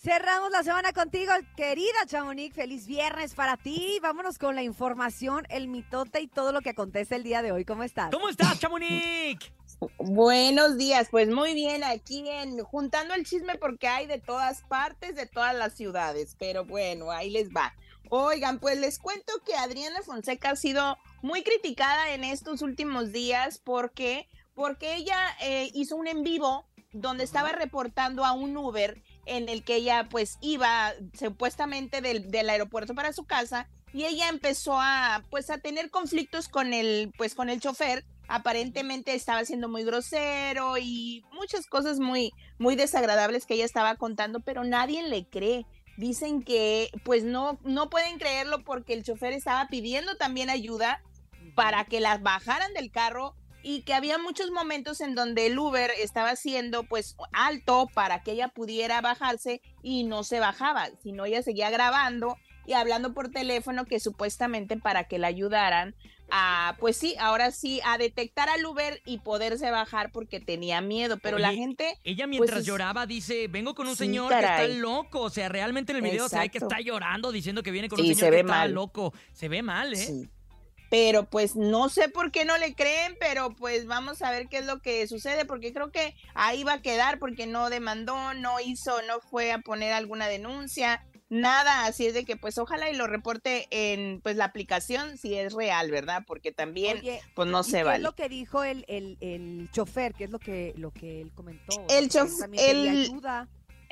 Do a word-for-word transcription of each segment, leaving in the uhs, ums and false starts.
Cerramos la semana contigo, querida Chamonix. Feliz viernes para ti. Vámonos con la información, el mitote y todo lo que acontece el día de hoy. ¿Cómo estás? ¿Cómo estás, Chamonix? Buenos días, pues muy bien, aquí en juntando el chisme porque hay de todas partes, de todas las ciudades, pero bueno, ahí les va. Oigan, pues les cuento que Adriana Fonseca ha sido muy criticada en estos últimos días porque, porque ella eh, hizo un en vivo donde estaba reportando a un Uber en el que ella pues iba supuestamente del, del aeropuerto para su casa y ella empezó a pues a tener conflictos con el pues con el chofer. Aparentemente estaba siendo muy grosero y muchas cosas muy muy desagradables que ella estaba contando, pero nadie le cree. Dicen que pues no no pueden creerlo porque el chofer estaba pidiendo también ayuda para que las bajaran del carro y que había muchos momentos en donde el Uber estaba haciendo pues alto para que ella pudiera bajarse y no se bajaba, sino ella seguía grabando y hablando por teléfono que supuestamente para que la ayudaran a, pues sí, ahora sí, a detectar al Uber y poderse bajar porque tenía miedo, pero Oye, la gente... Ella mientras pues, lloraba dice, vengo con un sí, señor caray. que está loco, o sea, realmente en el video Exacto. se ve que está llorando diciendo que viene con Sí, un se señor que ve está mal. loco. Se ve mal, ¿eh? Sí. Pero pues no sé por qué no le creen, pero pues vamos a ver qué es lo que sucede, porque creo que ahí va a quedar, porque no demandó, no hizo, no fue a poner alguna denuncia, nada, así es de que pues ojalá y lo reporte en pues la aplicación si es real, ¿verdad? Porque también Oye, pues no ¿y se qué vale. es lo que dijo el, el, el chofer? ¿Qué es lo que, lo que él comentó? O sea, El porque él chof- también quería el- ayuda.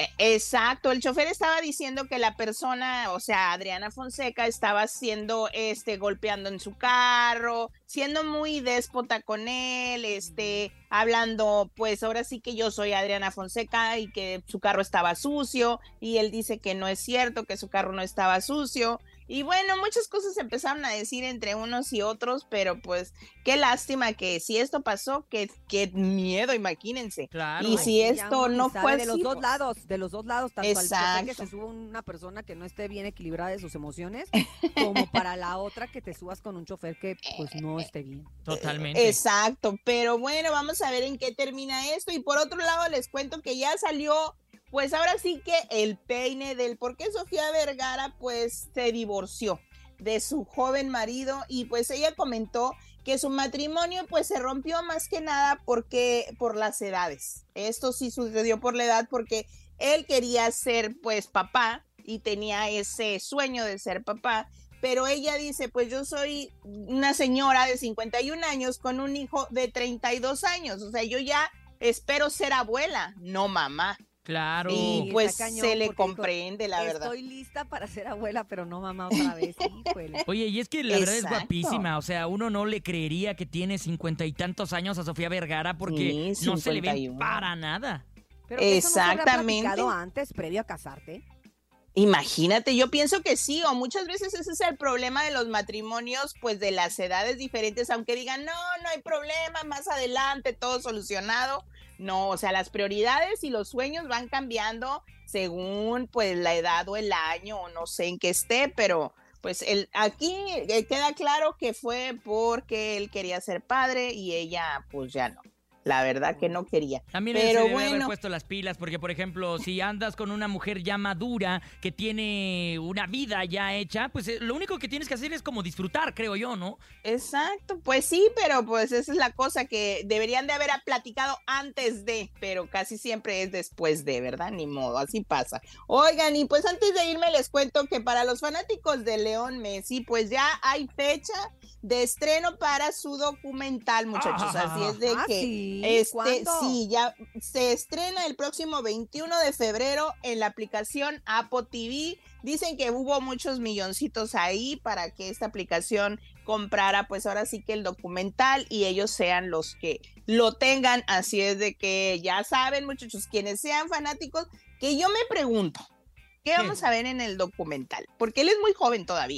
Exacto, el chofer estaba diciendo que la persona, o sea, Adriana Fonseca estaba haciendo, este, golpeando en su carro, siendo muy déspota con él, este, hablando, pues ahora sí que yo soy Adriana Fonseca y que su carro estaba sucio, y él dice que no es cierto, que su carro no estaba sucio, y bueno, muchas cosas se empezaron a decir entre unos y otros, pero pues qué lástima que si esto pasó, qué, qué miedo, imagínense. Claro. Y Ay, si sí, ya esto uno ni no sabe fue de los así, dos pues, lados, de los dos lados, tanto al chofer que exacto. se suba una persona que no esté bien equilibrada de sus emociones, como para la otra que te subas con un chofer que pues no esté bien. Totalmente. Exacto, pero bueno, vamos a ver en qué termina esto. Y por otro lado, les cuento que ya salió, pues ahora sí que el peine del por qué Sofía Vergara pues se divorció de su joven marido y pues ella comentó que su matrimonio pues se rompió más que nada porque por las edades. Esto sí sucedió por la edad porque él quería ser pues papá y tenía ese sueño de ser papá, pero ella dice, pues yo soy una señora de cincuenta y un años con un hijo de treinta y dos años, o sea, yo ya espero ser abuela, no mamá. Claro. Y Sí, pues está cañón, se le porque dijo, comprende, la verdad. estoy lista para ser abuela, pero no mamá otra vez. Híjole. Oye, y es que la verdad es Exacto. guapísima, o sea, uno no le creería que tiene cincuenta y tantos años a Sofía Vergara porque Sí, no se le cincuenta y ve uno. para nada. Pero que eso no se había Exactamente. platicado antes, previo a casarte. Imagínate, yo pienso que sí, o muchas veces ese es el problema de los matrimonios, pues de las edades diferentes, aunque digan, no, no hay problema, más adelante, todo solucionado. No, o sea, las prioridades y los sueños van cambiando según pues la edad o el año, o no sé en qué esté, pero pues el, aquí eh, queda claro que fue porque él quería ser padre y ella pues ya no. La verdad que no quería. También él Pero se debe haber bueno, puesto las pilas porque, por ejemplo, si andas con una mujer ya madura que tiene una vida ya hecha, pues eh, lo único que tienes que hacer es como disfrutar, creo yo, ¿no? exacto, pues sí, pero pues esa es la cosa que deberían de haber platicado antes de, pero casi siempre es después de, ¿verdad? Ni modo, así pasa. Oigan, y pues antes de irme les cuento que para los fanáticos de León Messi, pues ya hay fecha de estreno para su documental, muchachos, así es de Ah, que sí, este ¿cuándo? sí, ya se estrena el próximo veintiuno de febrero en la aplicación Apple T V. Dicen que hubo muchos milloncitos ahí para que esta aplicación comprara pues ahora sí que el documental y ellos sean los que lo tengan, así es de que ya saben, muchachos, quienes sean fanáticos, que yo me pregunto, ¿qué ¿Qué? vamos a ver en el documental? Porque él es muy joven todavía.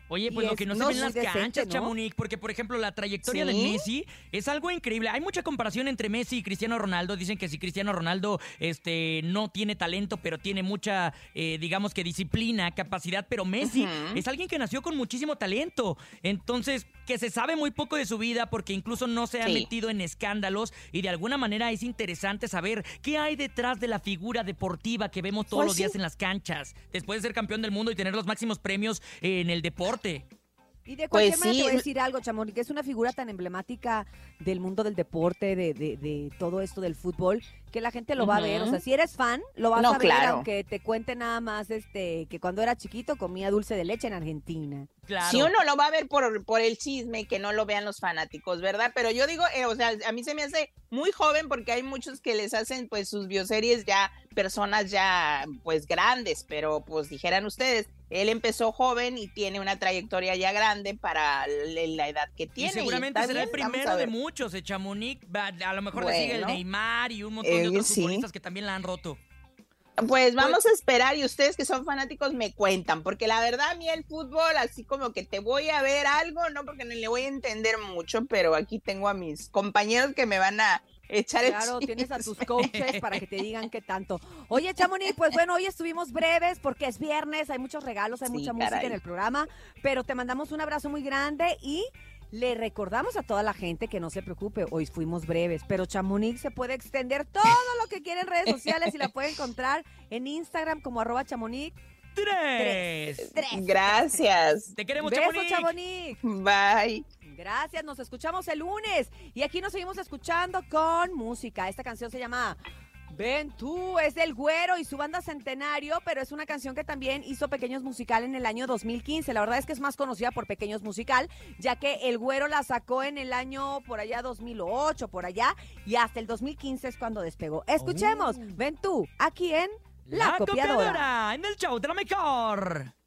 Oye, pues Y lo es- que no, se no, ve en muy las decente, canchas, ¿no? Chamonix, porque por ejemplo la trayectoria de ¿Sí? Messi es algo increíble. Hay mucha comparación entre Messi y Cristiano Ronaldo. Dicen que si Cristiano Ronaldo este, no tiene talento, pero tiene mucha, eh, digamos que disciplina, capacidad, pero Messi Ujú. es alguien que nació con muchísimo talento. Entonces, que se sabe muy poco de su vida porque incluso no se ha Sí. metido en escándalos y de alguna manera es interesante saber qué hay detrás de la figura deportiva que vemos todos Pues los días sí. en las canchas, después de ser campeón del mundo y tener los máximos premios en el deporte. Y de Pues cualquier manera sí. te voy a decir algo, Chamonix, que es una figura tan emblemática del mundo del deporte, de, de, de todo esto del fútbol, que la gente lo va a ver. O Ujú. sea, si eres fan, lo vas No, a ver, claro. aunque te cuente nada más este que cuando era chiquito comía dulce de leche en Argentina. Claro. Si uno lo va a ver por, por el chisme, que no lo vean los fanáticos, ¿verdad? Pero yo digo, eh, o sea, a mí se me hace muy joven porque hay muchos que les hacen pues sus bioseries ya, personas ya pues grandes, pero pues dijeran ustedes, él empezó joven y tiene una trayectoria ya grande para l- la edad que Y tiene. seguramente está será el bien, vamos primero a de ver. muchos, eh, Chamonix. Va- A lo mejor le sigue el Bueno. Neymar y un montón de Eh, otros sí. futbolistas que también la han roto. Pues vamos a esperar y ustedes que son fanáticos me cuentan, porque la verdad a mí el fútbol, así como que te voy a ver algo, no porque no le voy a entender mucho, pero aquí tengo a mis compañeros que me van a echar el Claro, chisme. tienes a tus coaches para que te digan qué tanto. Oye, Chamonix, pues bueno, hoy estuvimos breves porque es viernes, hay muchos regalos, hay Sí, mucha música caray. en el programa, pero te mandamos un abrazo muy grande y le recordamos a toda la gente que no se preocupe, hoy fuimos breves, pero Chamonix se puede extender todo lo que quiere en redes sociales y la puede encontrar en Instagram como arroba Chamonix. ¡Tres! Tres. Gracias. Te queremos, Beso, Chamonix. Chamonix. Bye. Gracias, nos escuchamos el lunes y aquí nos seguimos escuchando con música. Esta canción se llama Ven tú, es del Güero y su banda Centenario, pero es una canción que también hizo Pequeños Musical en el año dos mil quince. La verdad es que es más conocida por Pequeños Musical, ya que el Güero la sacó en el año por allá dos mil ocho, por allá, y hasta el dos mil quince es cuando despegó. Escuchemos, Oh. Ven tú, aquí en La, La Copiadora. copiadora en el show de la mejor.